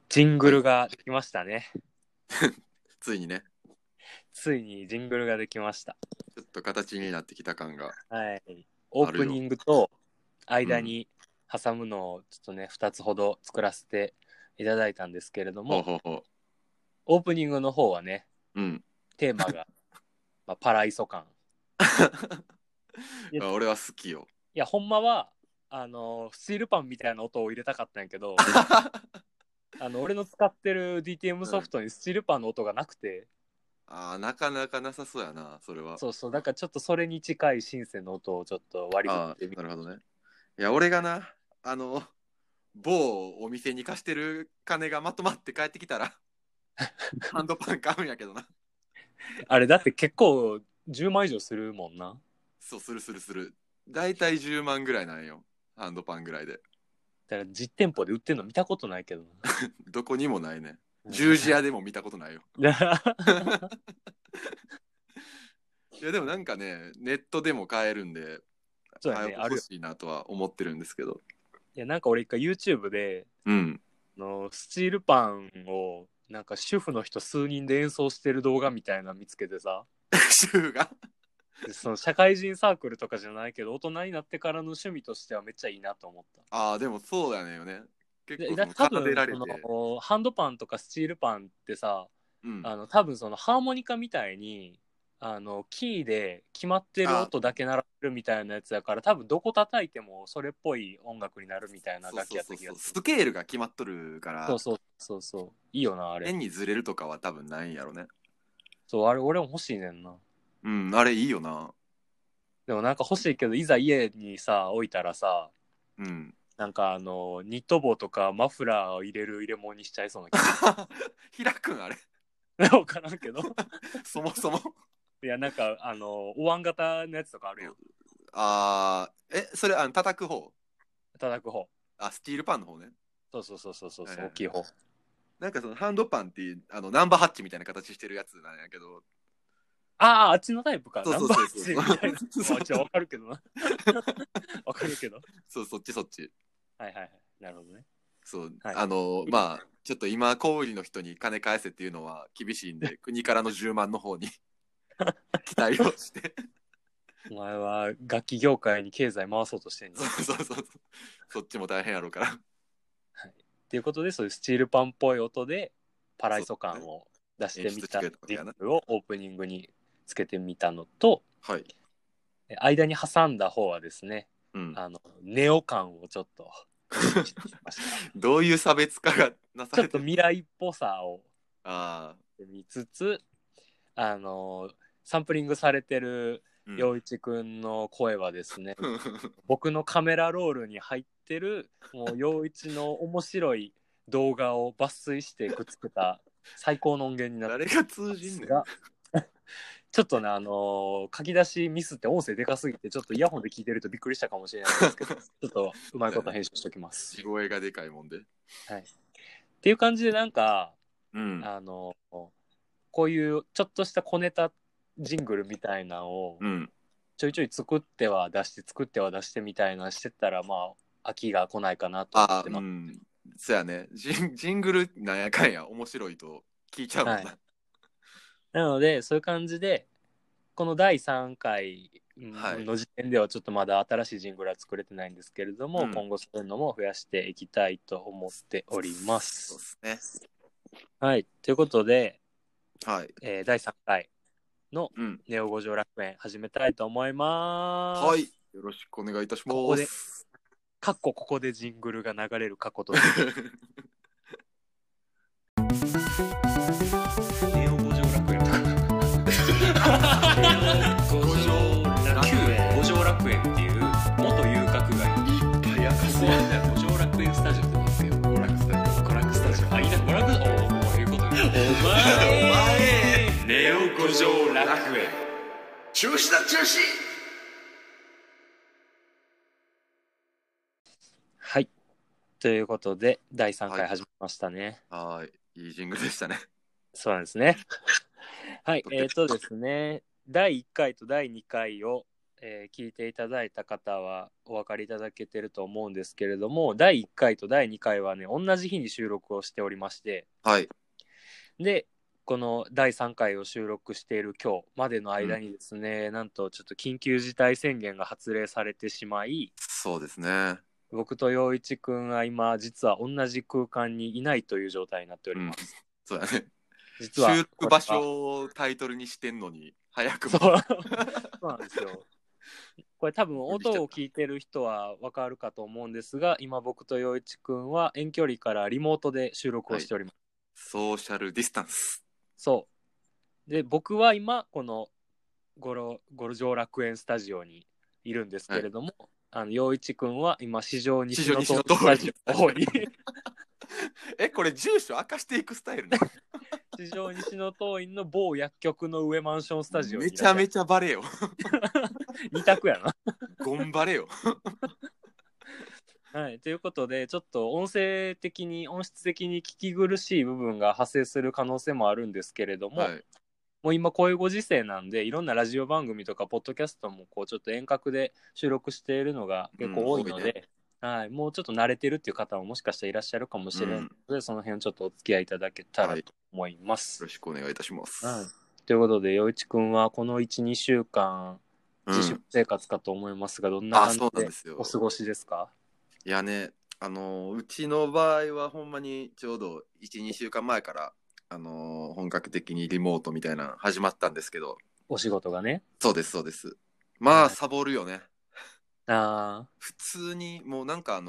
ジングルができましたね。 ついにね、 ついにジングルができました。 ちょっと形になってきた感が。 はい。オープニングと間うんに挟むのをちょっとね、2つほど作らせていただいたんですけれども、 ほうほうほオープニングの方はね、 う。うん。 テーマが、パライソ感。いや、 俺は好きよ。 ほんまは、スチールパンみたいな音を入れたかったんやけど、俺の使ってる DTM ソフトにスチールパンの音がなくて、 なかなかなさそうやな、それは。 そうそう、だからちょっとそれに近いシンセの音をちょっと割り振ってみなるほどね。いや、俺がな、某お店に貸してる金がまとまって帰ってきたら、ハンドパン買うんやけどな。 あれだって結構10万以上するもんな。 そう、する。だいたい10万ぐらいなんよ。ハンドパンぐらいで。 だから実店舗で売ってんの見たことないけどな。 どこにもないね。十字屋でも見たことないよ。いや、でもなんかね、ネットでも買えるんで、 そうやね、ある。 欲しいなとは思ってるんですけど。 いや、なんか俺一回 YouTube で、 うん。 スチールパンをなんか主婦の人数人で演奏してる動画みたいなの見つけてさ、 主婦がでその社会人サークルとかじゃないけど大人になってからの趣味としてはめっちゃいいなと思った。 でもそうやねんよね。結構その多奏でら分れて。 ハンドパンとかスチールパンってさ、 うん。 多分そのハーモニカみたいにキーで決まってる音だけ鳴らせるみたいなやつだから、多分どこ叩いてもそれっぽい音楽になるみたいな楽器やった気がする。 スケールが決まっとるから、 そういいよなあれ。 変にずれるとかは多分ないんやろね。 そう、あれ俺も欲しいねんな。 うん、あれいいよな。 でもなんか欲しいけど、いざ家にさ置いたらさ、 うん。 なんかニット帽とかマフラーを入れる入れ物にしちゃいそうな気開くんあれ。 が分からんけど。 そもそも。 いや、なんかお椀型のやつとかあるやん。 それ叩く方。 叩く方。 スチールパンの方ね。 そう、大きい方。 なんかそのハンドパンっていうナンバーハッチみたいな形してるやつなんやけど。 あっちのタイプか。 そうナンバー8みたいな。分かるけどな。分かるけど。 そう、そっち。 はい。なるほどね。 そう、 はいまあちょっと今小売りの人に金返せっていうのは厳しいんで国からの10万の方に期待をしてお前は楽器業界に経済回そうとしてんの。 そっちも大変やろうから。 はい。ということで、そういうスチールパンっぽい音でパライソ感を出してみたリップをオープニングにつけてみたのと、 はい、 間に挟んだ方はですね、 うん、 ネオ感をちょっとどういう差別化がなされてる？ ちょっと未来っぽさを見つつ、サンプリングされてる陽一くんの声はですね、僕のカメラロールに入ってるもう陽一の面白い動画を抜粋してくっつけた最高の音源になって誰が通じんねん。 ちょっとね、書き出しミスって音声でかすぎて、ちょっとイヤホンで聞いてるとびっくりしたかもしれないんですけど、ちょっとうまいこと編集しておきます。 地声がでかいもんで。 はい。っていう感じでなんか、 うん、 こういうちょっとした小ネタジングルみたいなのをちょいちょい作っては出してみたいなしてたら、まあ飽きが来ないかなと思ってます。 そうやね。ジングルなんやかんや面白いと聞いちゃうもんな。 はい、なのでそういう感じでこの第3回の時点ではちょっとまだ新しいジングルは作れてないんですけれども、今後そういうのも増やしていきたいと思っております。 そうですね。 はい、ということで、 はい、 第3回のネオ五条楽園始めたいと思います。 はい、よろしくお願いいたします。 ここでジングルが流れる過去とネオ五条楽園とか五条楽園っていう元遊郭街いっぱい明かせ五条楽園スタジオって言うんですよ。娯楽スタジオいいな娯楽こういうことね。お前ネオ五条楽園中止だ中止。 はい、ということで第3回始まりましたね。 いいジングルでしたね。 そうなんですね。はい、ですね、第1回と第2回を、 聞いていただいた方はお分かりいただけてると思うんですけれども、第1回と第2回はね、同じ日に収録をしておりまして、 はい。 で、この第3回を収録している今日までの間にですね、なんとちょっと緊急事態宣言が発令されてしまい、 そうですね。 僕と陽一くんは今実は同じ空間にいないという状態になっております。 そうだね。 実は収録場所をタイトルにしてんのに早くもそうなんですよ。これ多分音を聞いてる人は分かるかと思うんですが、今僕と陽一くんは遠距離からリモートで収録をしております。 ソーシャルディスタンス。 そうで、僕は今このゴルジョ楽園スタジオにいるんですけれども、陽一くんは今四条西のスタジオの方にこれ住所明かしていくスタイルね。 四条西の桐蔭の某薬局の上マンションスタジオにめちゃめちゃバレよ。 二択やな。 ゴンバレよ。 はい、ということでちょっと音質的に聞き苦しい部分が発生する可能性もあるんですけれども、はい、もう今こういうご時世なんでいろんなラジオ番組とかポッドキャストもこうちょっと遠隔で収録しているのが結構多いので、はい、もうちょっと慣れてるっていう方ももしかしたらいらっしゃるかもしれないので、その辺ちょっとお付き合いいただけたらと思います。 よろしくお願いいたします。 はい、ということで陽一くんはこの 1,2 週間自粛生活かと思いますが、どんな感じでお過ごしですか？ いやね、うちの場合はほんまにちょうど 1,2 週間前から本格的にリモートみたいなの始まったんですけど。 お仕事がね。 そうですそうです。まあサボるよね。普通にもうなんか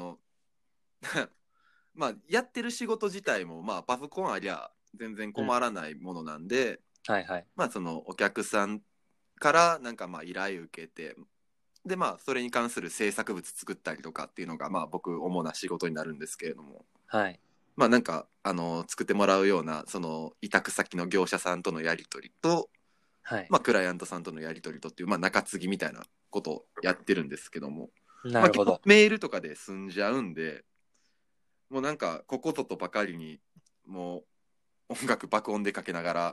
まあやってる仕事自体もまあパソコンありゃ全然困らないものなんで、 はいはい、 まあそのお客さんからなんかまあ依頼受けて、でまあそれに関する制作物作ったりとかっていうのがまあ僕主な仕事になるんですけれども、 はい、 まあなんか作ってもらうようなその委託先の業者さんとのやり取りと、 はい、 まあクライアントさんとのやり取りとっていうまあ中継ぎみたいなことをやってるんですけども、 なるほど、 まあ、メールとかで済んじゃうんで、もうなんかここぞとばかりにもう音楽爆音でかけながら、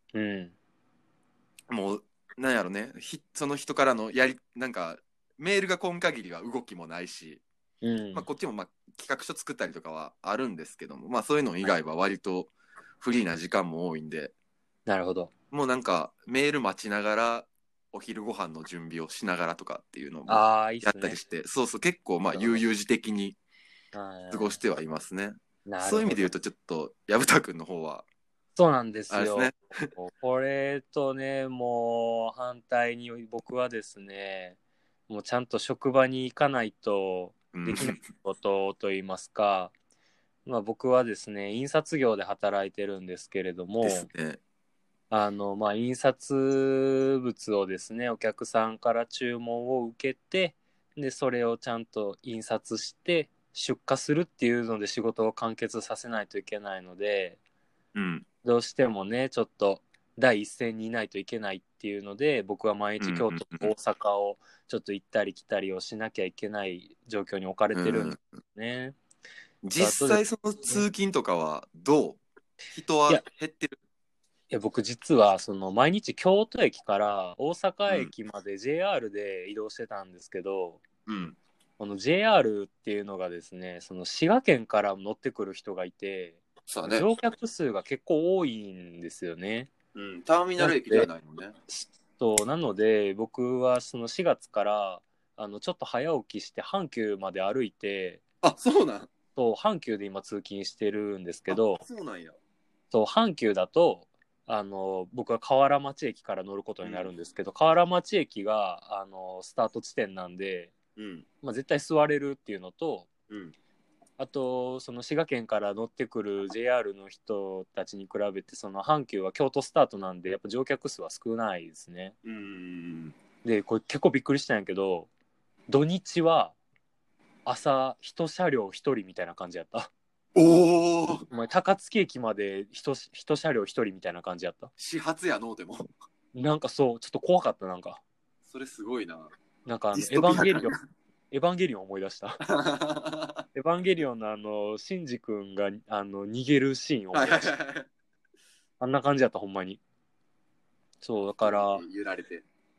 もうなんやろね、その人からのなんかメールが来ん限りは動きもないし、まあ、こっちもまあ企画書作ったりとかはあるんですけども、まあそういうの以外は割とフリーな時間も多いんで、 なるほど。 もうなんかメール待ちながらお昼ご飯の準備をしながらとかっていうのもやったりして、そうそう結構まあ悠々自適に過ごしてはいますね。そういう意味で言うとちょっと薮田君の方はそうなんですよ。これとね、もう反対に僕はですね、もうちゃんと職場に行かないとできないことといいますか、まあ僕はですね、印刷業で働いてるんですけれども、まあ印刷物をですね、お客さんから注文を受けて、でそれをちゃんと印刷して出荷するっていうので仕事を完結させないといけないので、どうしてもねちょっと第一線にいないといけないっていうので、僕は毎日京都と大阪をちょっと行ったり来たりをしなきゃいけない状況に置かれてるんですね。 実際その通勤とかはどう？人は減ってる？ いや僕実はその毎日京都駅から大阪駅まで JR で移動してたんですけど、この JR っていうのがですね、その滋賀県から乗ってくる人がいて、乗客数が結構多いんですよね。 ターミナル駅じゃないのね。 そうなので僕はその4月からちょっと早起きして阪急まで歩いて、 そうなん？ そう阪急で今通勤してるんですけど、 そうなんや。 そう阪急だと僕は河原町駅から乗ることになるんですけど、河原町駅がスタート地点なんで、まあ、絶対座れるっていうのと、あとその滋賀県から乗ってくる JR の人たちに比べてその阪急は京都スタートなんでやっぱ乗客数は少ないですね。でこれ結構びっくりしたんやけど、土日は朝1車両1人みたいな感じやった。お前高槻駅まで 1車両1人みたいな感じやった。 始発やのでもなんかそうちょっと怖かった。なんかそれすごいな。 なんかエヴァンゲリオン思い出したエヴァンゲリオンのシンジ君が逃げるシーンを思い出したあんな感じやったほんまに。そうだから揺られて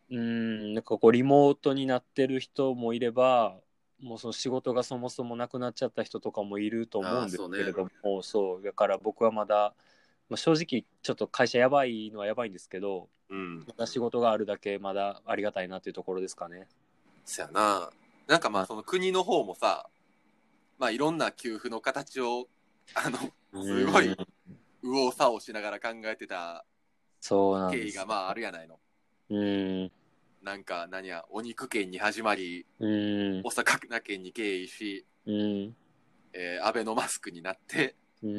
なんかこうリモートになってる人もいれば、もうその仕事がそもそもなくなっちゃった人とかもいると思うんですけれども、そうだから僕はまだ、正直ちょっと会社やばいのはやばいんですけど、まだ仕事があるだけまだありがたいなっていうところですかね。 そやな。なんかまあその国の方もさ、まあいろんな給付の形をすごい右往左往しながら考えてた経緯がまああるやないの。なんか何やお肉県に始まり、お魚県に経緯し、アベノマスクになって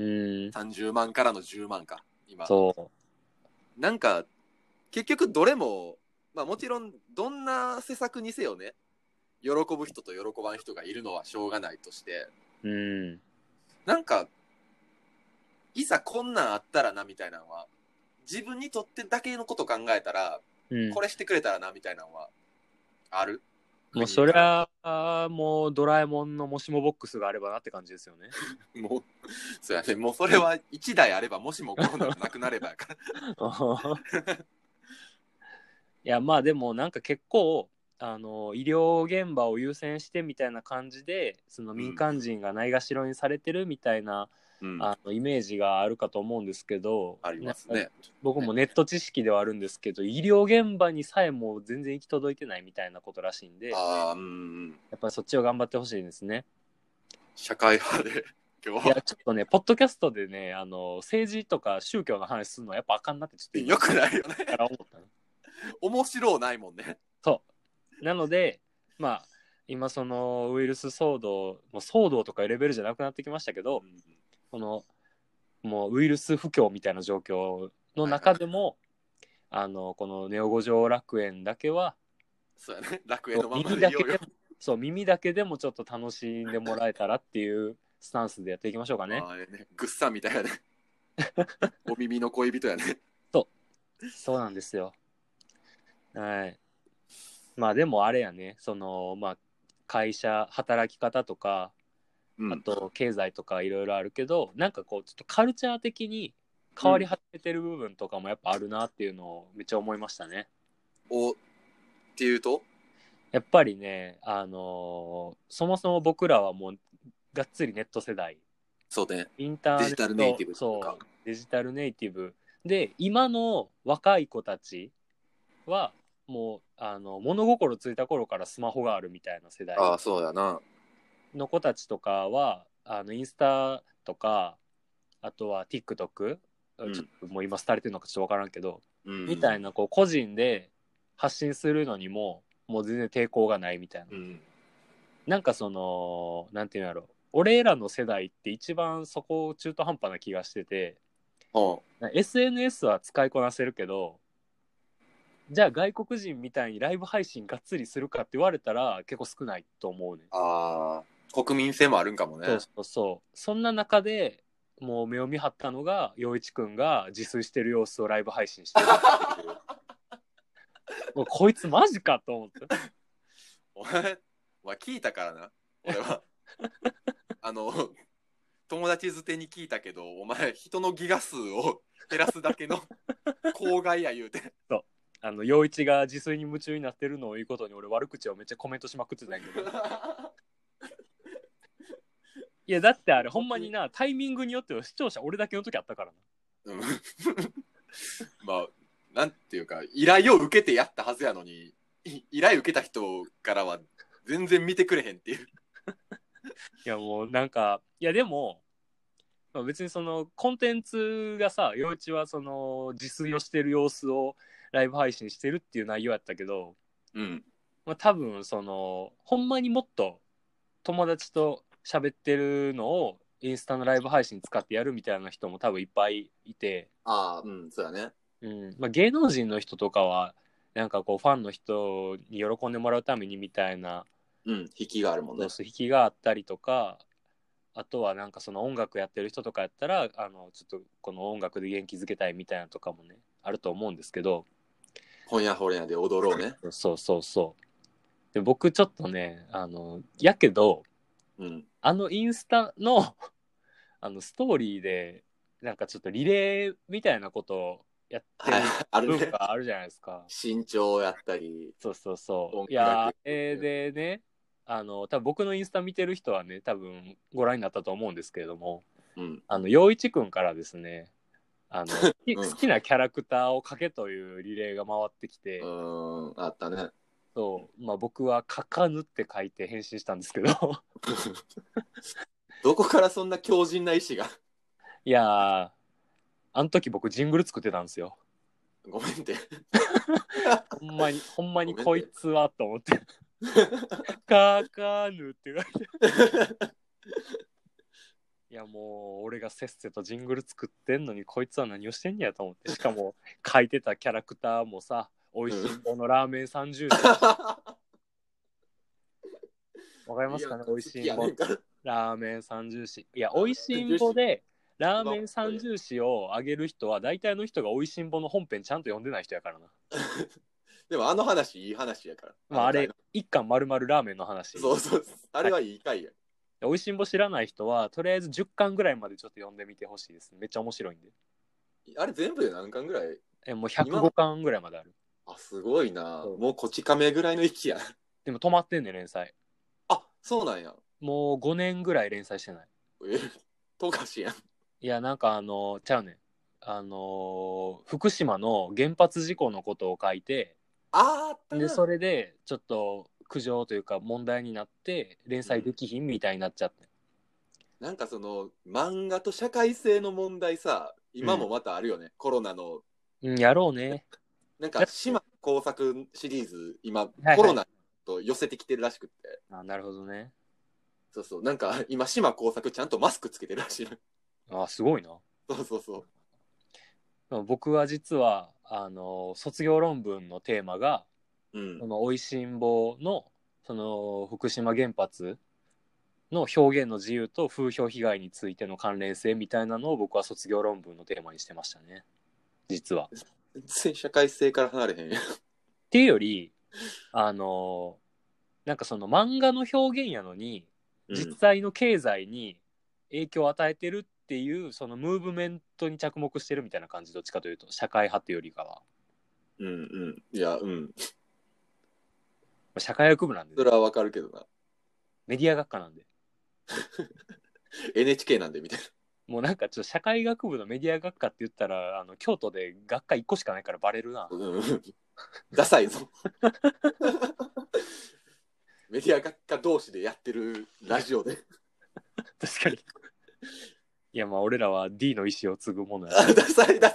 30万からの10万か今。なんか結局どれもまあもちろんどんな施策にせよね、喜ぶ人と喜ばん人がいるのはしょうがないとして、なんかいざこんなんあったらなみたいなのは自分にとってだけのこと考えたら、これしてくれたらなみたいなのはある。 もうそりゃもうドラえもんのもしもボックスがあればなって感じですよね。 もうそうやね、もうそれは1台あればもしもコロナがなくなればやからいやまあでもなんか結構医療現場を優先してみたいな感じでその民間人がないがしろにされてるみたいな、イメージがあるかと思うんですけど、 ありますね。 僕もネット知識ではあるんですけど、医療現場にさえも全然行き届いてないみたいなことらしいんで、やっぱりそっちを頑張ってほしいですね。 社会派で今日は。いやちょっとねポッドキャストでね政治とか宗教の話するのはやっぱあかんなってちょっとよくないよね。 から思った面白ないもんね。 そうなのでまあ今そのウイルス騒動もう騒動とかいうレベルじゃなくなってきましたけど、このもうウイルス不況みたいな状況の中でも、このネオ五条楽園だけはそうやね、楽園のままでいようよ。 そう耳だけでもちょっと楽しんでもらえたらっていうスタンスでやっていきましょうかね。 グッサンみたいやね。お耳の恋人やね。 そうなんですよ。はい。まあでもあれやね、そのまあ会社働き方とか、あと経済とかいろいろあるけど、なんかこうちょっとカルチャー的に変わり始めてる部分とかもやっぱあるなっていうのをめっちゃ思いましたね。 っていうとやっぱりね、そもそも僕らはもうがっつりネット世代。 そうね。 インターネット、デジタルネイティブとか。デジタルネイティブ。で、今の若い子たちは、もう、物心ついた頃からスマホがあるみたいな世代。 そうやな。 の子たちとかは、インスタとか、あとは TikTok、ちょっともう今廃れてるのかちょっとわからんけど、みたいな、こう、個人で発信するのにも、もう全然抵抗がないみたいな。なんかその、なんていうんやろ。俺らの世代って一番そこ中途半端な気がしてて、SNS は使いこなせるけど、じゃあ外国人みたいにライブ配信がっつりするかって言われたら結構少ないと思うね。 国民性もあるんかもね。 そんな中でもう目を見張ったのが陽一くんが自炊してる様子をライブ配信してるっていうもうこいつマジかと思ってお前聞いたからな俺は友達づてに聞いたけどお前人のギガ数を減らすだけの公害や言うて陽一が自炊に夢中になってるのを言うことに俺悪口をめっちゃコメントしまくってたんやけどいやだってあれほんまになタイミングによっては視聴者俺だけの時あったからなまあなんていうか依頼を受けてやったはずやのに依頼受けた人からは全然見てくれへんっていういやもうなんかいやでも、まあ、別にそのコンテンツがさ陽一はその自炊をしてる様子をライブ配信してるっていう内容やったけど、まあ、多分そのほんまにもっと友達と喋ってるのをインスタのライブ配信使ってやるみたいな人も多分いっぱいいて、 そうだね。 まあ、芸能人の人とかはなんかこうファンの人に喜んでもらうためにみたいな、 引きがあるもんね。 引きがあったりとか、あとはなんかその音楽やってる人とかやったらちょっとこの音楽で元気づけたいみたいなとかもねあると思うんですけど、 ほんやほんやで踊ろうね。 そうで僕ちょっとねやけど、インスタのストーリーでなんかちょっとリレーみたいなことをやってるあるね文化あるじゃないですか。 身長やったり。 そうそうそう。 音楽いや、でね、多分僕のインスタ見てる人はね、多分ご覧になったと思うんですけれども、 うん。 陽一くんからですね、 うん好きなキャラクターを書けというリレーが回ってきて、 あったね。 そう、まあ僕は書かぬって書いて返信したんですけど、 どこからそんな強靭な意志が。 いやー、あの時僕ジングル作ってたんですよ。 ごめんって。 ほんまにこいつはと思って。書かぬって言われて。いやもう俺がせっせとジングル作ってんのにこいつは何をしてんやと思って、しかも書いてたキャラクターもさ、おいしんぼのラーメン30種わかりますかね、おいしんぼラーメン30種。いや、おいしんぼでラーメン30種をあげる人は大体の人がおいしんぼの本編ちゃんと読んでない人やからな。 でもあの話いい話やから。 まああれ一巻丸々ラーメンの話。 そうそう、あれはいい回や。 おいしんぼ知らない人はとりあえず10巻ぐらいまでちょっと読んでみてほしいです。めっちゃ面白いんで。 あれ全部で何巻ぐらい？ もう105巻ぐらいまである。 あ、すごいな。もうこち亀ぐらいの域や。 でも止まってんね連載。 あ、そうなんや。 もう5年ぐらい連載してない。 富樫やん。 いやなんかちゃうねん。福島の原発事故のことを書いて、でそれでちょっと苦情というか問題になって連載できひんみたいになっちゃって、 なんかその漫画と社会性の問題さ、今もまたあるよね、コロナの。 やろうね。 なんか島耕作シリーズ今、コロナと寄せてきてるらしくって。 あ、なるほどね。 そうそう、なんか今島耕作ちゃんとマスクつけてるらしいの。あ、すごいな。 そうそうそう。 僕は実は卒業論文のテーマが、そのおいしんぼのその福島原発の表現の自由と風評被害についての関連性みたいなのを僕は卒業論文のテーマにしてましたね、実は。 全然社会性から離れへんやん。 っていうよりなんかその漫画の表現やのに実際の経済に影響を与えてるっていうそのムーブメントに着目してるみたいな感じ。どっちかというと社会派っていうよりかは。 いや社会学部なんで、ね、 それはわかるけどな。 メディア学科なんで NHK なんでみたいな。 もうなんかちょっと社会学部のメディア学科って言ったら京都で学科1個しかないからバレるな。 ダサいぞ。メディア学科同士でやってるラジオで。 確かに。いやまあ俺らは D の意思を継ぐものや。 ダサい。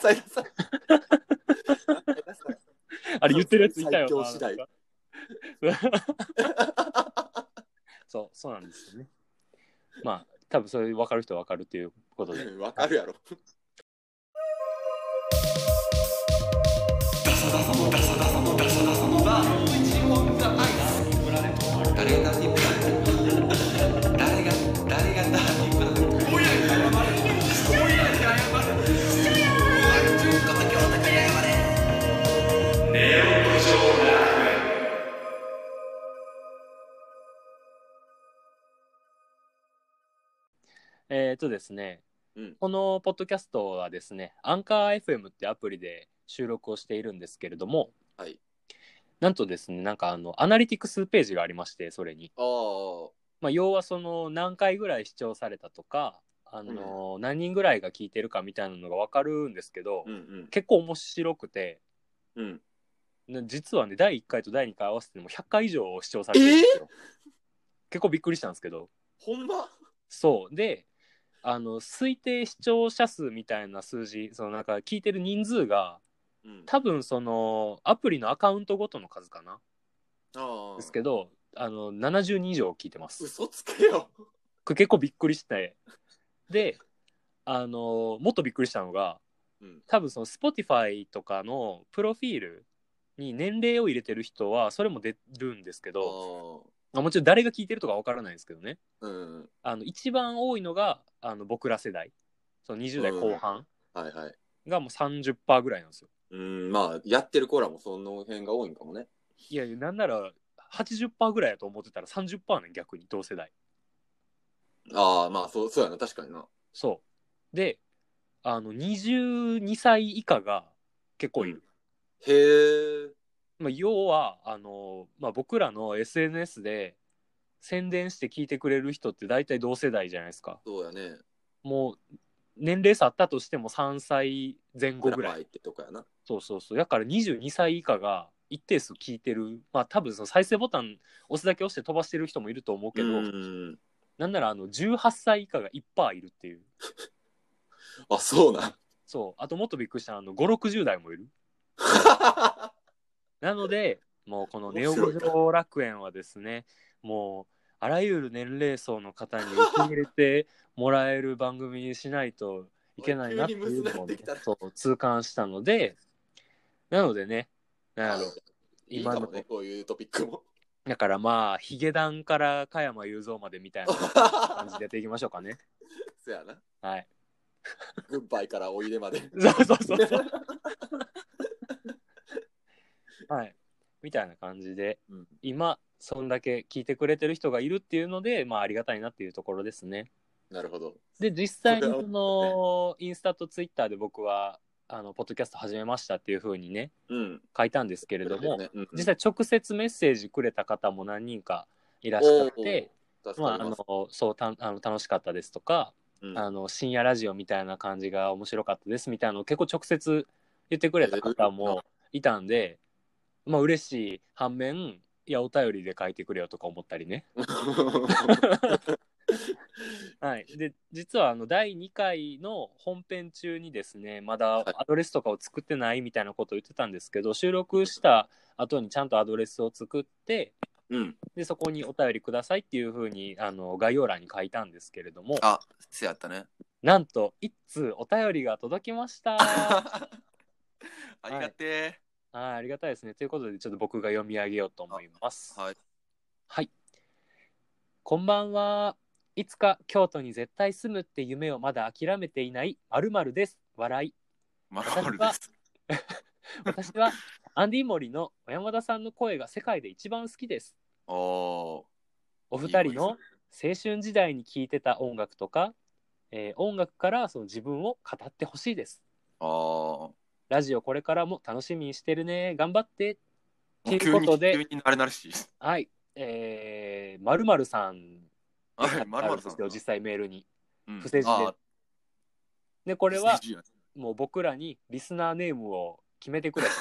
あれ言ってるやついたよな。そうなんですよね。まあ多分それ分かる人は分かるっていうことで。 分かるやろ。 ですね、このポッドキャストはですね、アンカー FM ってアプリで収録をしているんですけれども、 はい、 なんとですね、なんかアナリティクスページがありまして、それに。まあ、要はその何回ぐらい視聴されたとか、何人ぐらいが聞いてるかみたいなのが分かるんですけど、結構面白くて、実はね、第1回と第2回合わせても100回以上視聴されてるんですよ。結構びっくりしたんですけど。 ほんま？ そうで、推定視聴者数みたいな数字、そのなんか聞いてる人数が、多分そのアプリのアカウントごとの数かな。ですけど、70人以上聞いてます。 嘘つけよ。 これ結構びっくりして、で、もっとびっくりしたのが、多分その Spotify とかのプロフィールに年齢を入れてる人はそれも出るんですけど、もちろん誰が聞いてるとかわからないんですけどね、一番多いのが僕ら世代、その20代後半がもう 30% ぐらいなんですよ。 まあやってる子らもその辺が多いんかもね。 いやなんなら 80% ぐらいやと思ってたら 30% ね、逆に同世代。 まあそうやな、確かにな。 そうで22歳以下が結構いる。 へえ。 要は僕らの SNS で宣伝して聞いてくれる人って大体同世代じゃないですか。 そうやね。 もう年齢差あったとしても3歳前後ぐらい。 ってとこやな。 そうそうそう。だから22歳以下が一定数聞いてる。多分その再生ボタン押すだけ押して飛ばしてる人もいると思うけど、なんなら18歳以下がいっぱいいるっていう。 あ、そうな。 そう。あともっとびっくりした5、60代もいる。なので、もうこのネオ五条楽園はですね、もうあらゆる年齢層の方に受け入れてもらえる番組にしないといけないなっていうのを、ね、そう痛感したので、なのでね、なんやろ、 今のね、こういうトピックも。 だからヒゲダンから加山雄三までみたいな感じでやっていきましょうかね。 そうやな。 はい。 グッバイからおいでまで。 そうそうそうそう。はい。みたいな感じで、今そんだけ聞いてくれてる人がいるっていうので、ありがたいなっていうところですね。 なるほど。 で、実際にそのインスタとツイッターで僕はポッドキャスト始めましたっていう風にね、書いたんですけれども、実際直接メッセージくれた方も何人かいらっしゃって、そう楽しかったですとか、深夜ラジオみたいな感じが面白かったですみたいなのを結構直接言ってくれた方もいたんで、嬉しい反面、いやお便りで書いてくれよとか思ったりね。はい、で実は第2回の本編中にですね、まだアドレスとかを作ってないみたいなことを言ってたんですけど、収録した後にちゃんとアドレスを作って、でそこにお便りくださいっていうふうに概要欄に書いたんですけれども、 そうやったね。 なんと1通お便りが届きました。 ありがてありがたいですね。ということでちょっと僕が読み上げようと思います。はい。こんばんは。いつか京都に絶対住むって夢をまだ諦めていない〇〇です。笑い。 〇です。 私はアンディモリの小山田さんの声が世界で一番好きです。お二人の青春時代に聴いてた音楽とか、音楽からその自分を語ってほしいです。ラジオこれからも楽しみにしてるね。頑張って。ということで、 急にあれなるし。 はい。〇〇さん 〇〇さん実際メールに不正字で、でこれはもう僕らにリスナーネームを決めてくれ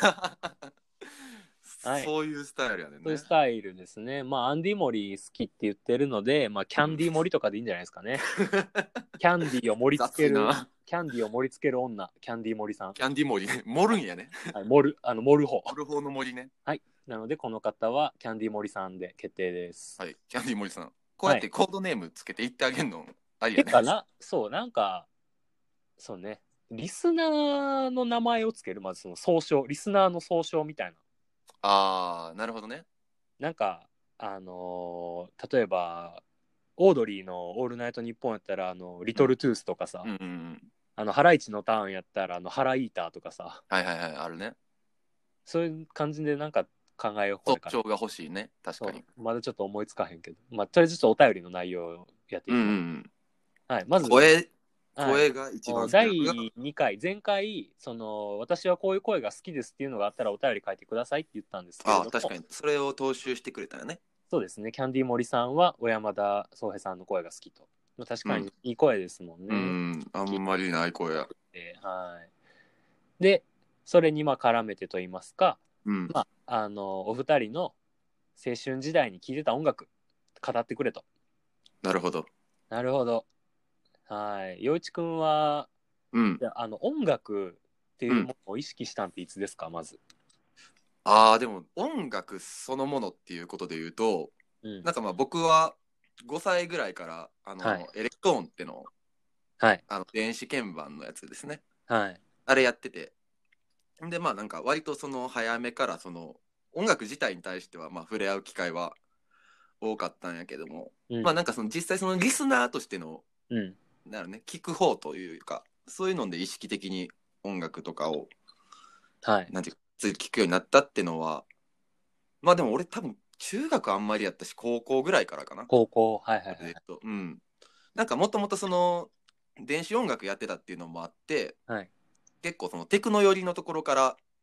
はい、そういうスタイルやねんね。 そういうスタイルですね。アンディモリ好きって言ってるので、キャンディーモリとかでいいんじゃないですかね。キャンディーを盛り付けるキャンディーを盛り付ける女、キャンディーモリさん。 キャンディーモリね、盛るんやね。 はい、盛る方。 盛る方の森ね。 はい。なのでこの方はキャンディーモリさんで決定です。 はい、キャンディーモリさん。こうやってコードネームつけて言ってあげるのありやね。 かな、そうなんかそうね。リスナーの名前をつける、まずその総称、リスナーの総称みたいな。なるほどね。 なんか例えばオードリーの「オールナイトニッポン」やったらリトルトゥースとかさ、ハライチのターンやったらハライーターとかさ、 あるね。 そういう感じでなんか考えよう。 特徴が欲しいね。確かに。 まだちょっと思いつかへんけど、とりあえずちょっとお便りの内容をやっていきます。はい、まず声が一番好きなのが、 第2回、前回私はこういう声が好きですっていうのがあったらお便り書いてくださいって言ったんですけれども、 確かにそれを踏襲してくれたよね。 そうですね。キャンディー森さんは小山田宗平さんの声が好きと。確かにいい声ですもんね。 あんまりない声や。 はい。で、それに絡めてと言いますか、お二人の青春時代に聴いてた音楽語ってくれと。 なるほど。 なるほど。はい。陽一くんは、音楽っていうものを意識したんっていつですか、まず。 でも音楽そのものっていうことで言うと、なんか僕は5歳ぐらいからエレクトーンっての、電子鍵盤のやつですね、あれやってて、でなんか割とその早めからその音楽自体に対しては触れ合う機会は多かったんやけども、なんかその実際そのリスナーとしての、聞く方というか、そういうので意識的に音楽とかをなんていうか聞くようになったってのは、でも俺多分中学あんまりやったし、高校ぐらいからかな。 高校、 なんかもともとその電子音楽やってたっていうのもあって、結構そのテクノ寄りのところから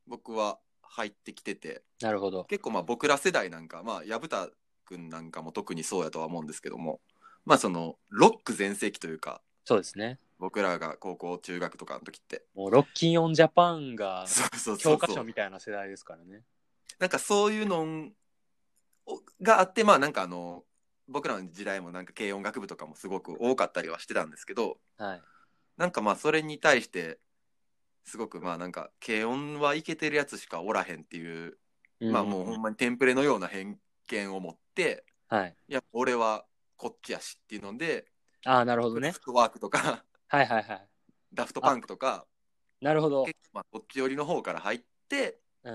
僕は入ってきてて、 なるほど。 結構まあ僕ら世代なんか、まあ薮田君なんかも特にそうやとは思うんですけども、まあそのロック全盛期というか、 そうですね。 僕らが高校中学とかの時って、 もうロッキンオンジャパンがそうそうそ教うそう、 科書みたいな世代ですからね。 なんかそういうのがあって、まあなんか僕らの時代もなんか軽音楽部とかもすごく多かったりはしてたんですけど、 はい。 なんかまあそれに対してすごくまあなんか軽音はいけてるやつしかおらへんっていう、まあもうほんまにテンプレのような偏見を持って、 はい。 いや俺はこっちやしっていうので、 ああ、なるほどね。 フットワークとかはいはいはい。 ダフトパンクとか、 なるほど。 結構まあこっち寄りの方から入って、 うん。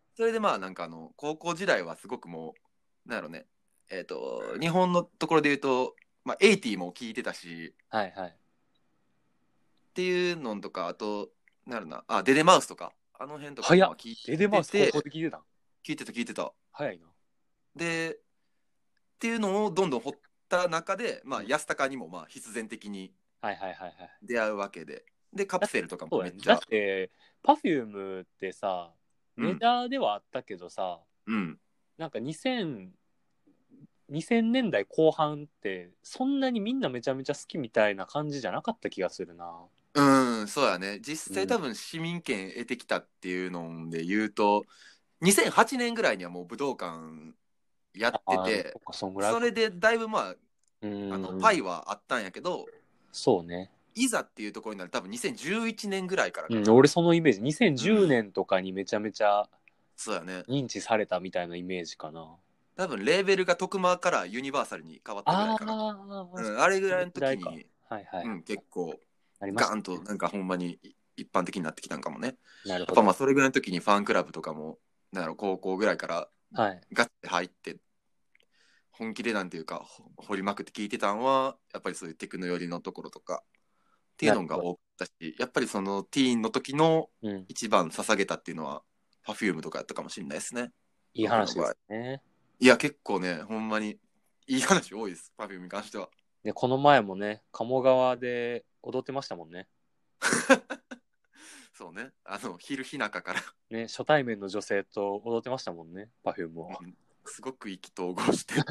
それでまあなんか高校時代はすごくもうなんやろね、日本のところで言うと、まあ、エイティも聞いてたしはいはい。 っていうのとか、あとなるなあ、デデマウスとかあの辺とかも早っ。 まあ聞いデデマウス高てて、 校で聞いてたん？ 聞いてた。 早いな。 でっていうのをどんどん掘った中で、まあ、 うん安高にもまあ必然的にはいはいはいはい。 出会うわけで、でカプセルとかそうやね。だもめっちゃ、 って、Perfume ってさ、メジうんャーではあったけどさ、 うんなんか2000年代後半ってそんなにみんなめちゃめちゃ好きみたいな感じじゃなかった気がするな。 うん、そうやね。実うん、 際多分市民権得てきたっていうので言うと、2008年ぐらいにはもう武道館やってああ、そて、 っか、そんぐらいか。 それでだいぶまうあ、 ん、 パイはあったんやけど、 そうね。 いざっていうところになる多分2011年ぐらいからかうん、 な。 俺そのイメージ、2010 うん、 年とかにめちゃめちゃそうやね。 認知されたみたいなイメージかな。 多分レーベルが徳間からユニバーサルに変わったぐらいあかな。 あ、 うん、あれぐらいの時代か。 時に、 はいはい。 うん、結構ありました。 ガーンとなんかほんまに一般的になってきたんかもね。 なるほど。 やっぱまあそれぐらいの時にファンクラブとかも、なんやろ、高校ぐらいからはい。 ガッて入って、本気でなんていうか、掘りまくって聞いてたんは、やっぱりそういうテクノ寄りのところとかっていうなるほど。 のが多かったし、やっぱりそのティーンの時のうん。 一番捧げたっていうのは、Perfume とかやったかもしれないですね。 いい話で僕の場合。 すね。 いや、結構ね、ほんまにいい話多いです、Perfume に関しては。 で、この前もね、鴨川で踊ってましたもんね。 そうね、昼日中からね、初対面の女性と踊ってましたもんね、Perfume を。 うん、すごく意気投合して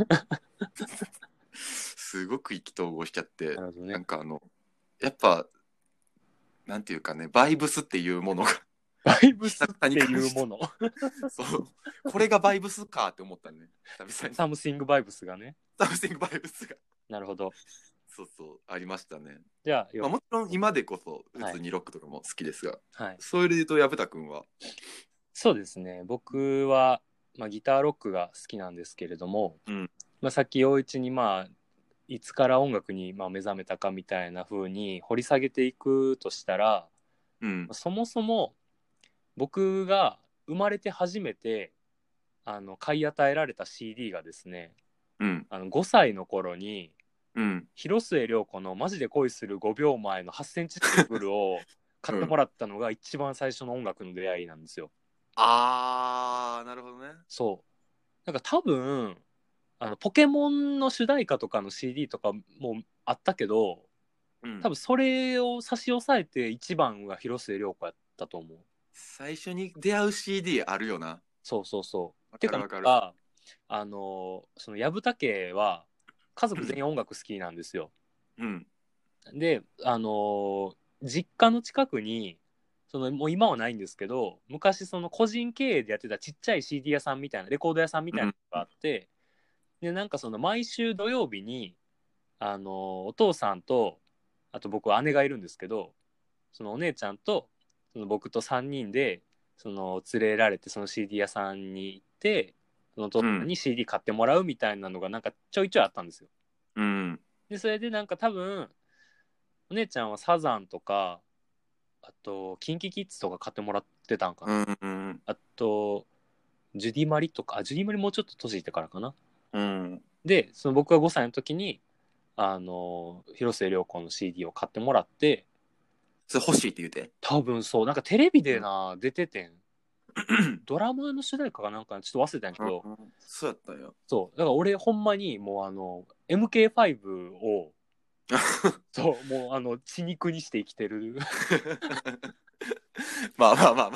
すごく意気投合しちゃって、 なるほどね。 なんかやっぱなんていうかね、バイブスっていうものがバイブスっていうもの。 そうこれがバイブスかって思ったね、久々に。 サムシングバイブスがね。 サムシングバイブスがなるほど。 そうそうありましたね。 じゃあ、 まあ、もちろん今でこそ普通にロックとかも好きですが、 はい。 それで言うと薮田君は。 そうですね。僕は、まあ、ギターロックが好きなんですけれども、 うんまあ、さっき陽一にいつから音楽に目覚めたかみたいな風に掘り下げていくとしたら、 うんそもそも僕が生まれて初めて買い与えられた CD がですね、 うん 5歳の頃にうん広末涼子の「マジで恋する5秒前」の8センチシングルを買ってもらったのが一番最初の音楽の出会いなんですよ。 あーなるほどね。 そう。なんか多分ポケモンの主題歌とかの CD とかもあったけど、 うん多分それを差し押さえて一番が広末涼子やったと思う。 最初に出会う CD あるよな。 そうそうそう。 わてかかるわかる。 その薮田家は家族全員音楽好きなんですよ。 うんで実家の近くにもう今はないんですけど、昔その個人経営でやってたちっちゃい CD 屋さんみたいなレコード屋さんみたいなのがあって、でなんかその毎週土曜日にお父さんと、あと僕は姉がいるんですけど、そのお姉ちゃんとその僕と3人で連れられてその CD 屋さんに行って、そのお父さんに CD 買ってもらうみたいなのがなんかちょいちょいあったんですよ。 うんでそれでなんか多分お姉ちゃんはサザンとか、あとキンキキッズとか買ってもらってたんかな、 うんあとジュディマリとか、ジュディマリもうちょっと年いてからかな。 うんでその僕が5歳の時に広末涼子の CD を買ってもらって、 それ欲しいって言うて。 多分そうなんかテレビで出ててん、ドラマの主題歌かなんかちょっと忘れたんやけど、 そうやったんや。 そうだから俺ほんまにもうMK5 をそうもう血肉にして生きてるまあまあまあまあ。 そう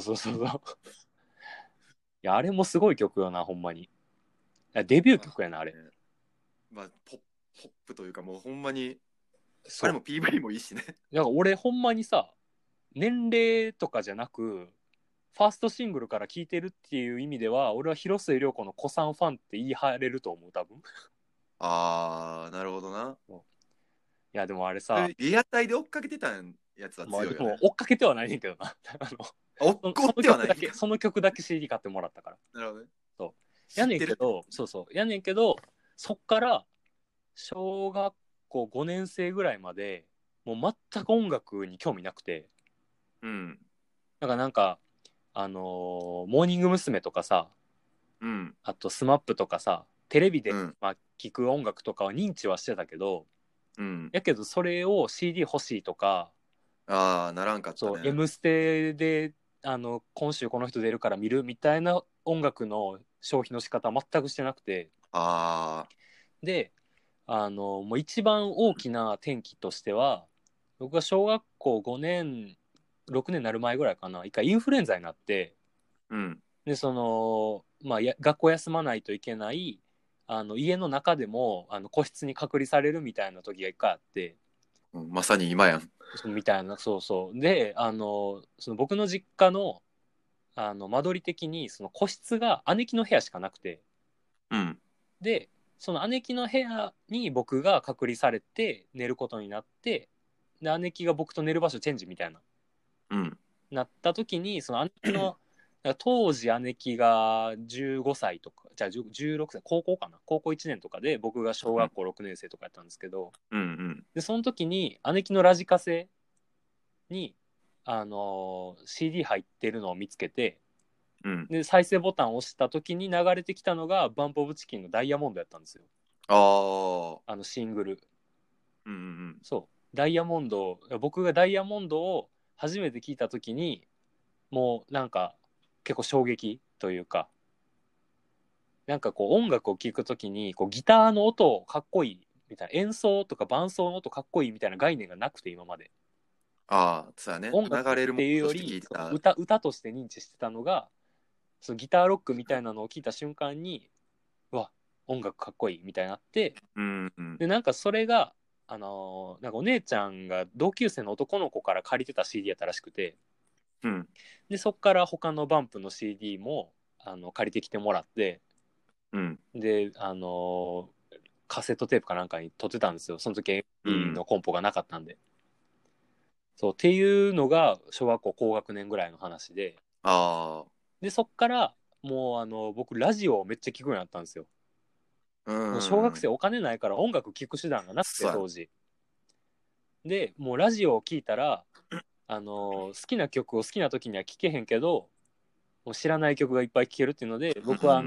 そうそう。いや、あれもすごい曲よな、ほんまに。デビュー曲やな、あれ。 まあ、ポップというか、もうほんまに、あれも PV もいいしね。 なんか俺ほんまにさ、年齢とかじゃなく、ファーストシングルから聴いてるっていう意味では、俺は広末涼子の古参ファンって言い張れると思う、多分。 あー、なるほどな。 いや、でもあれさ、 リアタイで追っかけてたやつはまあ、 強いよね。 でも追っかけてはないねんけどな。 追っこってはない。 その曲だけ CD 買ってもらったから。 なるほどね。 そう。やねんけど、そうそう。やねんけど、そっから小学校5年生ぐらいまで、もう全く音楽に興味なくて。 うん。 なんか、モーニング娘。とかさ、 うん。 あとスマップとかさ、テレビで、 うん、 まあ、聴く音楽とかは認知はしてたけど、 うん。 やけどそれを CD 欲しいとか、 ああ、ならんかったね。 そう、M ステで、今週この人出るから見るみたいな音楽の消費の仕方は全くしてなくて、 ああ。 で、もう一番大きな転機としては、僕が小学校5年、6年になる前ぐらいかな、一回インフルエンザになって、 うん。 で、まあ、学校休まないといけない、家の中でも、個室に隔離されるみたいな時が一回あって、 うん、まさに今やん。 みたいな、そうそう。で、その僕の実家の、間取り的に、その個室が姉貴の部屋しかなくて、 うん。 で、その姉貴の部屋に僕が隔離されて寝ることになって、で、姉貴が僕と寝る場所チェンジみたいな、 うん。 なった時に、その姉貴の、当時姉貴が15歳とか、じゃあ16歳、高校かな、高校1年とかで、僕が小学校6年生とかやったんですけど、 うん。うん。 で、その時に姉貴のラジカセに、CD 入ってるのを見つけて、 うん。 で、再生ボタンを押した時に流れてきたのが、バンプオブチキンのダイヤモンドやったんですよ。 ああ。 シングル。 うん。うん。 そう。ダイヤモンド、僕がダイヤモンドを初めて聞いた時に、もうなんか結構衝撃というか、なんかこう音楽を聴くときにこうギターの音かっこいいみたいな、演奏とか伴奏の音かっこいいみたいな概念がなくて、今までああ、そうやね。 音楽流れるもっていうのとして聞よりいてた。 歌として認知してたのが、そのギターロックみたいなのを聞いた瞬間に、うわ、音楽かっこいいみたいになって、 うん。うん。 でなんかそれがなんかお姉ちゃんが同級生の男の子から借りてた CD やったらしくて、 うん。 でそっから他のバンプの CD も借りてきてもらって、 うん。 でカセットテープかなんかに撮ってたんですよ。その時 MP のコンポがなかったんで、そうっていうのが小学校高学年ぐらいの話で、 ああ。 でそっからもう僕ラジオをめっちゃ聞くようになったんですよ。 う小学ん。 生お金ないから音楽聴く手段がなくて、 そうやな。 当時で、もうラジオを聞いたら好きな曲を好きな時には聴けへんけど、もう知らない曲がいっぱい聴けるっていうので、僕は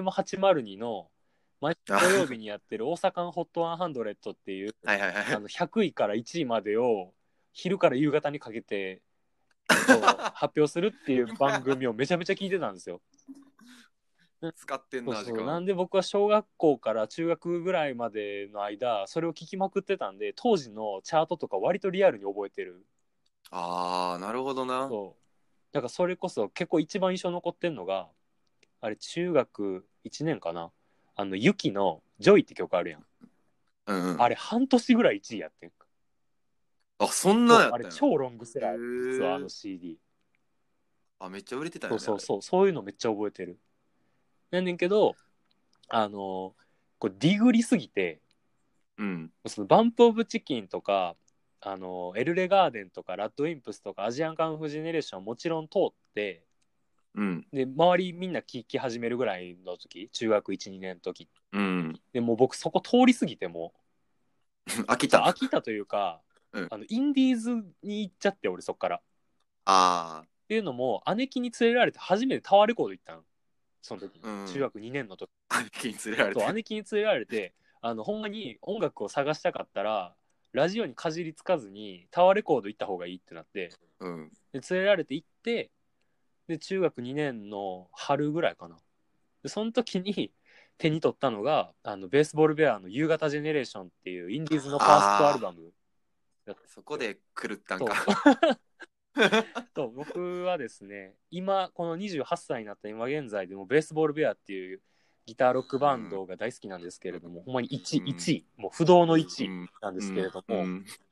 FM802 の毎週土曜日にやってる大阪ホット100っていうはいはいはい。 100位から1位までを昼から夕方にかけて発表するっていう番組をめちゃめちゃ聞いてたんですよ。 使ってんな、時間。 なんで僕は小学校から中学ぐらいまでの間それを聞きまくってたんで、当時のチャートとか割とリアルに覚えてる。 ああ、なるほどな。 そうだからそれこそ結構一番印象残ってんのが、あれ中学1年かな、ユキのジョイって曲あるやん。 うんうん。 あれ半年ぐらい1位やってん。 あ、そんなんやったんや。 あれ超ロングセラーや、実はCD。 あ、めっちゃ売れてたよね。 そういうのめっちゃ覚えてる。なんねんけど、これディグりすぎて、 うん。 そのバンプオブチキンとか、エルレガーデンとかラッドインプスとかアジアンカンフージェネレーションはもちろん通って、 うん。 で周りみんな聴き始めるぐらいの時、中学1、2年の時うん。 で、もう僕そこ通り過ぎても飽きた。 飽きたというか、 うん、 インディーズに行っちゃって、俺そっから。 ああ。 っていうのも、姉貴に連れられて初めてタワーレコード行ったん。その時、 うん。 中学2年の時。 兄貴に連れられて。 姉貴に連れられて、ほんまに音楽を探したかったら、ラジオにかじりつかずにタワーレコード行った方がいいってなって、 うん。 で連れられて行って、で中学2年の春ぐらいかな。でその時に手に取ったのがベースボールベアの夕方ジェネレーションっていうインディーズのファーストアルバム。 そこで狂ったんか。 と僕はでですね、今この28歳になった今現在でもベースボールベアっていうギターロックバンドが大好きなんですけれども、ほんまに1位、もう不動の1位なんですけれども、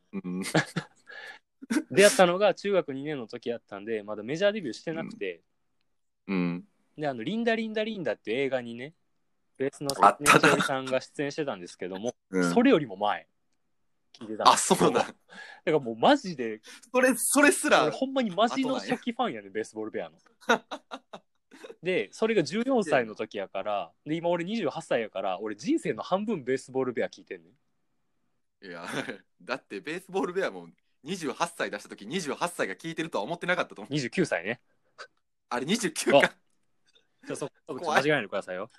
出会ったのが中学2年の時やったんで、まだメジャーデビューしてなくて、でリンダ・リンダ・リンダっていう映画にね、ベースの関根千織さんが出演してたんですけども、それよりも前聞いてたんですよ。 そうなん。 だからもうマジでそれすら俺ほんまにマジの初期ファンやね、ベースボールベアの。でそれが14歳の時やから、で今俺28歳やから、俺人生の半分ベースボールベア聞いてんねん。 いやだってベースボールベアも28歳出した時28歳が聞いてるとは思ってなかったと思う。 29歳ね。 あれ29か。 そこ間違えないでくださいよ。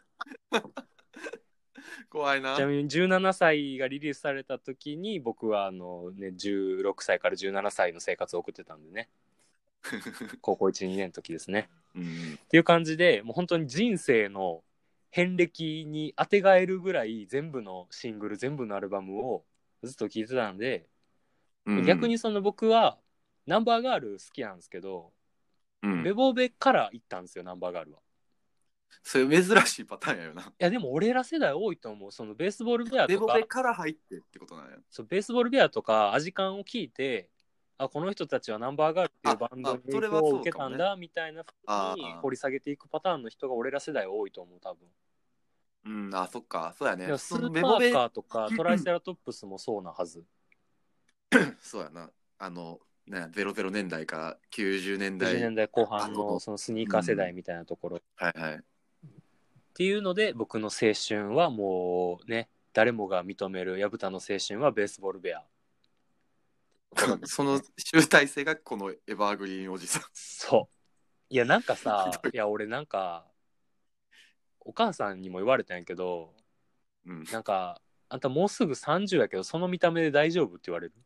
怖いな。 ちなみに17歳がリリースされた時に僕は16歳から17歳の生活を送ってたんでね。高校 1,2 年の時ですね、っていう感じで、もう本当に人生の遍歴に当てがえるぐらい全部のシングル、全部のアルバムをずっと聴いてたんで、逆にその僕はナンバーガール好きなんですけど、ベボベから行ったんですよ、ナンバーガールは。 それ珍しいパターンやよな。いやでも俺ら世代多いと思う。そのベースボールベアとか、ベボベから入ってってことなんや。 そうベースボールベアとかアジカンを聞いて、この人たちはナンバーガールっていうバンドに影響を受けたんだみたいな風に掘り下げていくパターンの人が俺ら世代多いと思う、多分。 そっか、そうやね。 スーパーカーとかトライセラトップスもそうなはず。 そうやな。00年代から90年代。 90年代後半のそのスニーカー世代みたいなところ。 はいはい。 っていうので、僕の青春はもうね、誰もが認める薮田の青春はベースボールベア。 その集大成がこのエバーグリーンおじさん。 そう。いやなんかさ、いや俺なんかお母さんにも言われたんやけど、なんかあんたもうすぐ30やけどその見た目で大丈夫って言われる。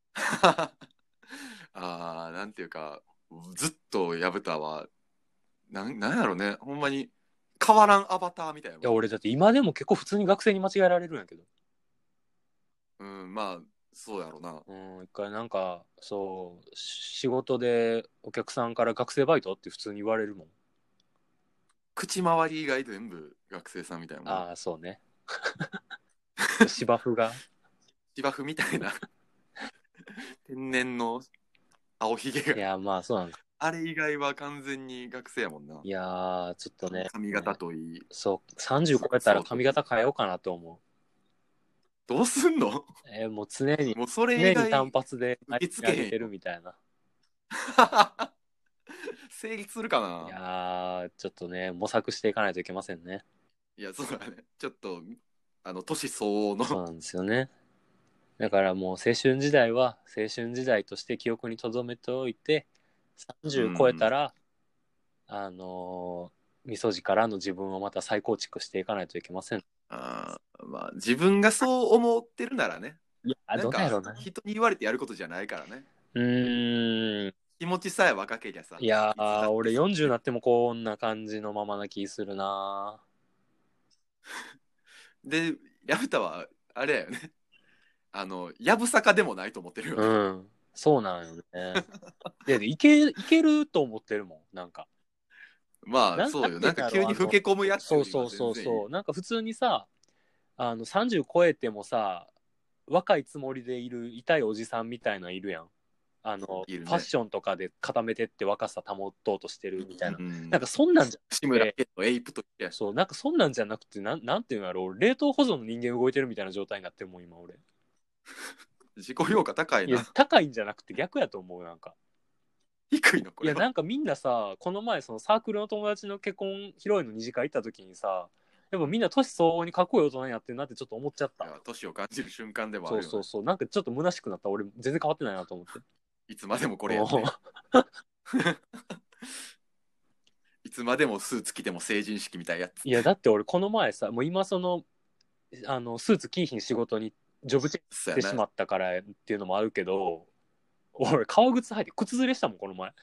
なんていうか、ずっと薮田はなんやろね、ほんまに変わらんアバターみたいな。いや俺だって今でも結構普通に学生に間違えられるんやけど。 まあそうやろな。 一回なんかそう仕事でお客さんから学生バイトって普通に言われるもん。 口周り以外全部学生さんみたいなもん。 そうね。芝生が芝生みたいな天然の青ひげが。 いやまあそうなんだ。 あれ以外は完全に学生やもんな。 いやちょっとね、 髪型といい。 そう30超えたら髪型変えようかなと思う。 どうすんの？ もう常にそれ以外単発で上げてるみたいな。 成立するかな。 いやちょっとね模索していかないといけませんね。 いやそうだね、ちょっと年相応の。 そうなんですよね。だからもう青春時代は青春時代として記憶に留めておいて、30超えたら、みそじからの自分をまた再構築していかないといけません。 まあ自分がそう思ってるならね。 いやどうやろうな。 人に言われてやることじゃないからね。気持ちさえ若けりゃさ。 いや俺40になってもこんな感じのままな気するな。 で薮田はあれやよね。やぶさかでもないと思ってるよね。 そうなんよね。いけると思ってるもん、なんか。 まあそうよ。なんか急に老け込むやつ。 そう。なんか普通にさ、30超えてもさ、若いつもりでいる痛いおじさんみたいなのいるやん。ファッションとかで固めてって若さ保とうとしてるみたいな。なんかそんなんじゃなくて、 志村けんのエイプとそう、なんかそんなんじゃなくて、なんていうんやろう、冷凍保存の人間動いてるみたいな状態になってるもん、今俺。 自己評価高いな。 いや、高いんじゃなくて逆やと思う、なんか。 低いのこれ。 いや、なんかみんなさ、この前そのサークルの友達の結婚披露宴の二次会行った時にさ、やっぱみんな年相応にかっこいい大人になってるなってちょっと思っちゃった。 年を感じる瞬間でもあるよね。 そう。なんかちょっと虚しくなった。俺全然変わってないなと思って。 いつまでもこれやって。いつまでもスーツ着ても成人式みたいやつ。 いや、だって俺この前さ、もう今その、スーツ着いひん仕事にジョブチェックしてしまったからっていうのもあるけど、俺革靴履いて靴ずれしたもん、この前。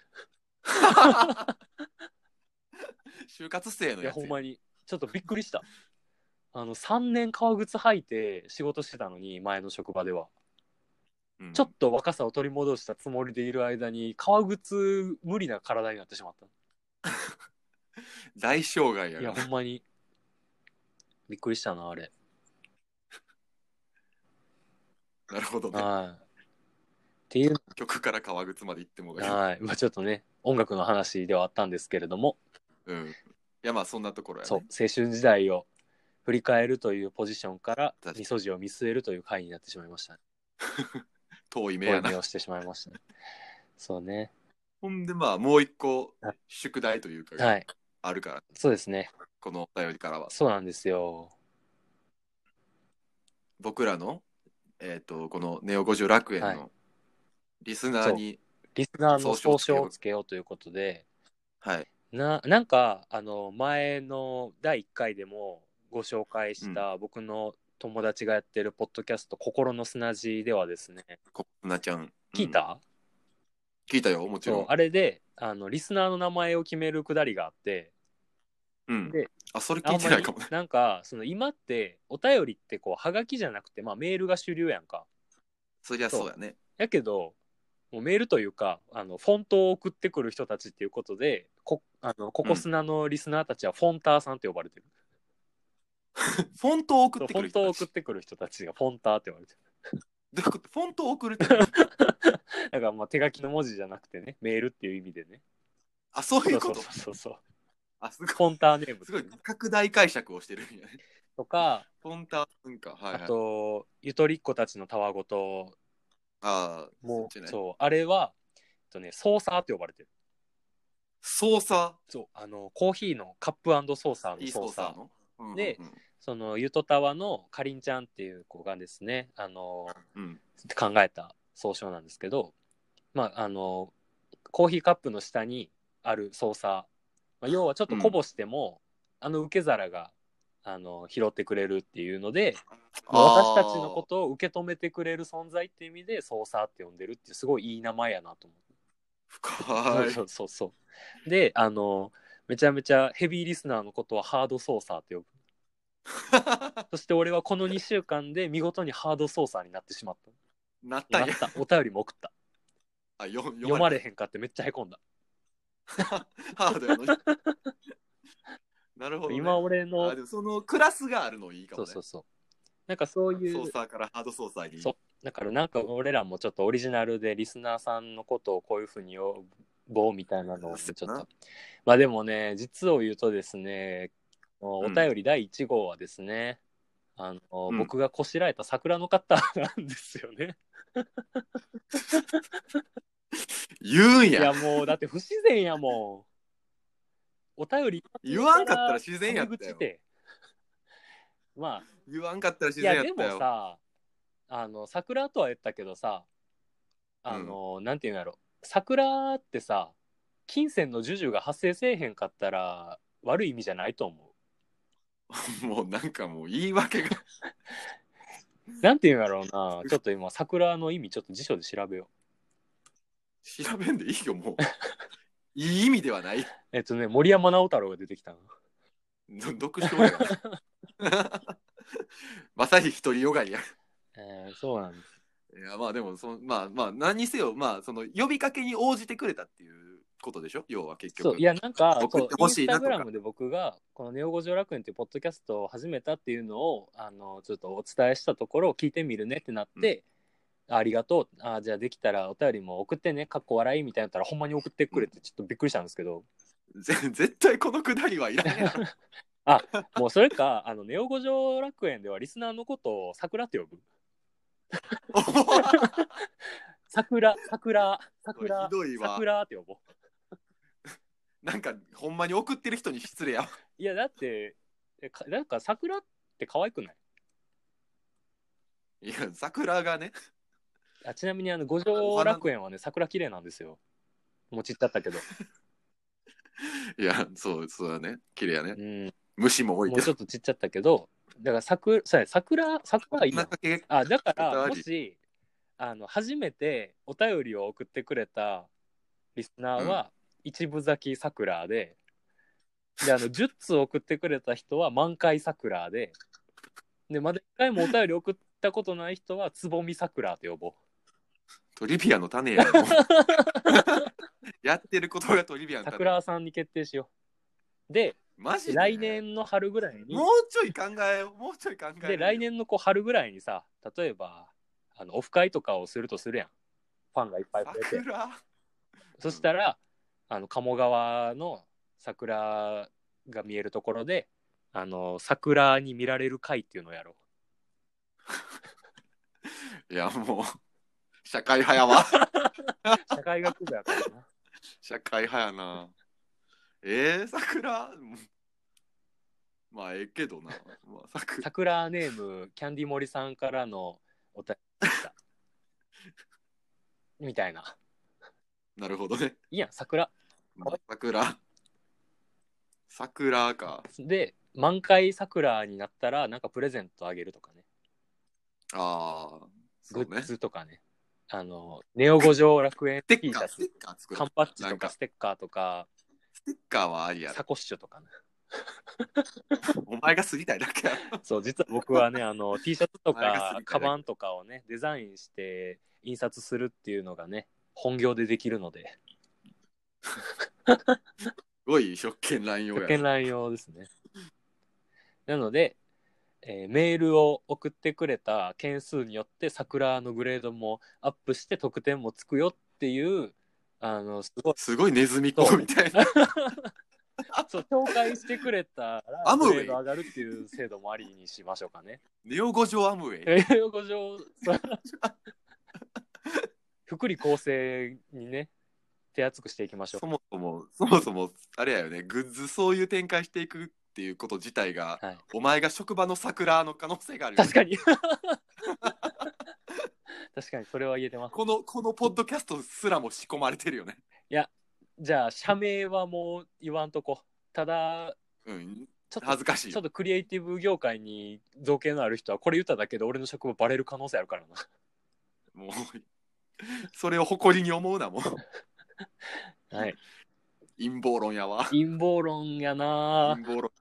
就活生のやつ。 いや、ほんまに。ちょっとびっくりした。3年革靴履いて仕事してたのに、前の職場では。 ちょっと若さを取り戻したつもりでいる間に革靴無理な体になってしまった。 大障害やいや、ほんまにびっくりしたな、あれ。 なるほどね。 はい。っていう曲から革靴まで行ってもだけど。 はい。まあちょっとね、音楽の話ではあったんですけれども、 うん。いや、まあそんなところやね。 そう、青春時代を振り返るというポジションから確かにみそじを見据えるという回になってしまいましたね。 遠い目やな。 遠い目をしてしまいましたね。そうね。 ほんでまあもう一個はい宿題というかがはい。 あるから、 そうですね。 このお便りからは。 そうなんですよ。 僕らの、このネオ五条楽園はいのリスナーに、 リスナーの総称をつつけようということで、 はい。 なんか前の第1回でもご紹介した僕の友達がやってるポッドキャスト、心の砂地ではですね、 こなちゃん。 聞いた？ 聞いたよ、もちろん。 そう、あれでリスナーの名前を決めるくだりがあって、 うん。 で、 あ、それ聞いてないかもね。 なんか今ってお便りってこうはがきじゃなくて、まあ、メールが主流やんか。 そりゃそうやね。 やけどもうメールというかフォントを送ってくる人たちっていうことでココスナのリスナーたちはフォンターさんって呼ばれてる。 フォントを送ってくるフォントを人たち。 送ってくる人たちがフォンターって呼ばれてる。 どういうことフォントを送るって何だからまあ手書きの文字じゃなくてね、メールっていう意味でね。 あ、そういうことそう。 あ、すごい。 フォンターネーム、 すごい拡大解釈をしてるんやね。 とか、 フォンターなんか、はいはい。 あとゆとりっ子たちのたわごともう、そう、あれはソーサーって呼ばれてる。 ソーサー？ そう、コーヒーのカップソーサーのソーサーで、そのゆとたわのかりんちゃんっていう子がですね、考えた総称なんですけど、まあコーヒーカップの下にあるソーサー、まあ、要はちょっとこぼしても、受け皿が拾ってくれるっていうので、私たちのことを受け止めてくれる存在っていう意味でソーサーって呼んでるっていうすごいいい名前やなと思って。 深い。 そうでめちゃめちゃヘビーリスナーのことはハードソーサーって呼ぶ。そして俺はこの2週間で見事にハードソーサーになってしまった。 なったんや。 お便りも送った。 あ、 読まれへんかってめっちゃへこんだ。 ハードやのに。なるほど、ね、 今俺のでもそのクラスがあるのいいかもね。 そうなんかそういうソーサーからハードソーサーに。 そうだからなんか俺らもちょっとオリジナルでリスナーさんのことをこういうふうに呼ぼうみたいなのをちょっとまあでもね、実を言うとですね、お便り第1号はですね、僕がこしらえた桜の方なんですよね。 言うんや。 いやもうだって不自然やもん。お便り言わんかったら自然やったよ。 まあ言わんかったら自然やったよ。 いやでもさ、桜とは言ったけどさ、なんていうんやろ、桜ってさ、金銭の授受が発生せえへんかったら悪い意味じゃないと思う。もうなんかもう言い訳がなんていうんやろうな、ちょっと今桜の意味ちょっと辞書で調べよう。調べんでいいよもう。いい意味ではない。 森山直太朗が出てきたの。 読書やまさに独りよがりや。 そうなんです。 いやまあでもまあ何にせよ、まあその呼びかけに応じてくれたっていうことでしょ、要は結局。 そういやなんか送ってほしいなとか。 インスタグラムで僕がこのネオ五条楽園っていうポッドキャストを始めたっていうのをちょっとお伝えしたところ聞いてみるねってなって、ありがとう、じゃあできたらお便りも送ってね、かっこ笑いみたいなったらほんまに送ってくれてちょっとびっくりしたんですけど、 絶対このくだりはいらない。 もうそれかネオ五条楽園ではリスナーのことを桜って呼ぶ。桜ひどいわ。 桜って呼ぼう。 なんかほんまに送ってる人に失礼や。 いやだってなんか桜って可愛くない？ いや桜がね。 ちなみに五条楽園はね桜綺麗なんですよ。もうちっちゃったけど。 いやそうだね、綺麗やね。虫も多いけど。 もうちょっとちっちゃったけど、だから桜いいや。だからもし初めてお便りを送ってくれたリスナーは一分咲き桜で、10通送ってくれた人は満開桜でまだ一回もお便り送ったことない人はつぼみ桜と呼ぼう。 トリビアの種やん。やってることがトリビアの種。 桜さんに決定しよう。で、 マジで来年の春ぐらいに。 もうちょい考えよう。もうちょい考えよう。 で、来年の春ぐらいにさ、例えば、オフ会とかをするとするやん。ファンがいっぱい増えて。そしたら、鴨川の桜が見えるところで、桜に見られる会っていうのをやろう。いや、もう、社会派やわ。 社会学部やからな。 社会派やな。桜まあ、けどな。まあ、 桜ネーム、キャンディモリさんからのお便りでした。みたいな。 なるほどね。 いいやん、桜。 桜か。 で、満開桜になったら、なんかプレゼントあげるとかね。 ああ、そうね。 グッズとかね。ネオ五条楽園 T シャツ、 缶パッチとかステッカーとか、 ステッカーはありやろ。 サコッシュとかね。 お前がすりたいだけやろ。 そう、実は僕はね、T シャツとか、カバンとかをね、デザインして印刷するっていうのがね、本業でできるので。 すごい職権乱用や。 職権乱用ですね。なので、メールを送ってくれた件数によって桜のグレードもアップして得点もつくよっていうすごいネズミ子みたいな。 そう紹介してくれたらグレード上がるっていう制度もありにしましょうかね。 ネオ五条アムウェイ。 ネオ五条福利厚生にね手厚くしていきましょう。 そもそもあれやよね、グッズそういう展開していくっていうこと自体が、はい、お前が職場の桜の可能性があるよ、ね、 確かに確かにそれは言えてます。 このポッドキャストすらも仕込まれてるよね。 いや、じゃあ社名はもう言わんとこ。ただ、 うん、ちょっと恥ずかしい。 ちょっとクリエイティブ業界に造形のある人はこれ言っただけで俺の職場バレる可能性あるからな。 もうそれを誇りに思うなもん。 はい。 陰謀論やわ。 陰謀論やな。 陰謀論。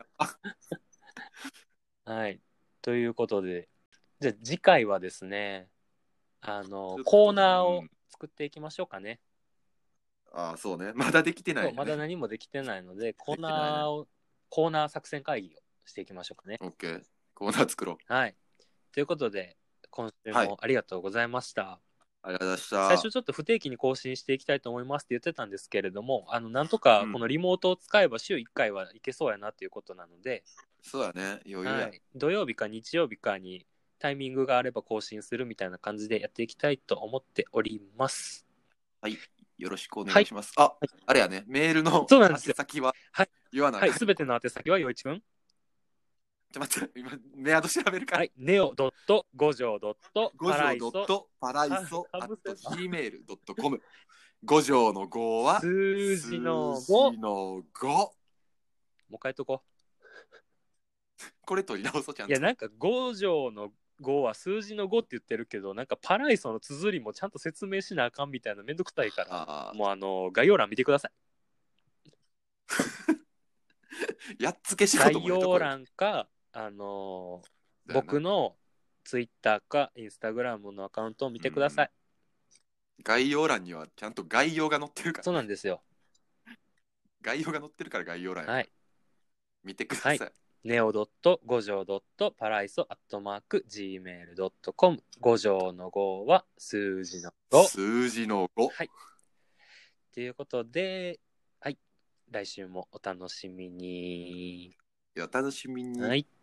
はい。ということで、じゃあ次回はですね、コーナーを作っていきましょうかね。 ああ、そうね。まだできてない、ね。 まだ何もできてないので、コーナー作戦会議をしていきましょうかね。 OK。コーナー作ろう。はい。ということで、今週もありがとうございました。 ありがとうございました。 最初ちょっと不定期に更新していきたいと思いますって言ってたんですけれども、なんとかこのリモートを使えば週1回はいけそうやなということなので、 そうやね、余裕や、はい、 土曜日か日曜日かにタイミングがあれば更新するみたいな感じでやっていきたいと思っております。 はい。よろしくお願いします。はい、あれやね、メールの宛先は言わない。はい、すべての宛先は陽一くん。 待って、今、メアド調べるから。 はい、neo.5条パライソ@gmail.com。5条の5は数字の5。 もう一回とこ。 これ取り直そうちゃんと。 いや、なんか5条の5は数字の5って言ってるけど、なんかパライソの綴りもちゃんと説明しなあかんみたいなめんどくさいから、もう概要欄見てください。 やっつけしろと思う。 概要欄か、僕のツイッターかインスタグラムのアカウントを見てください。 概要欄にはちゃんと概要が載ってるから、 そうなんですよ。 概要が載ってるから概要欄や。 はい。 見てください。はい、 neo.5条 .paraiso@gmail.com。 5条の5は数字の5。 数字の5。 はい。ということで、はい。来週もお楽しみに。 お楽しみに。 はい。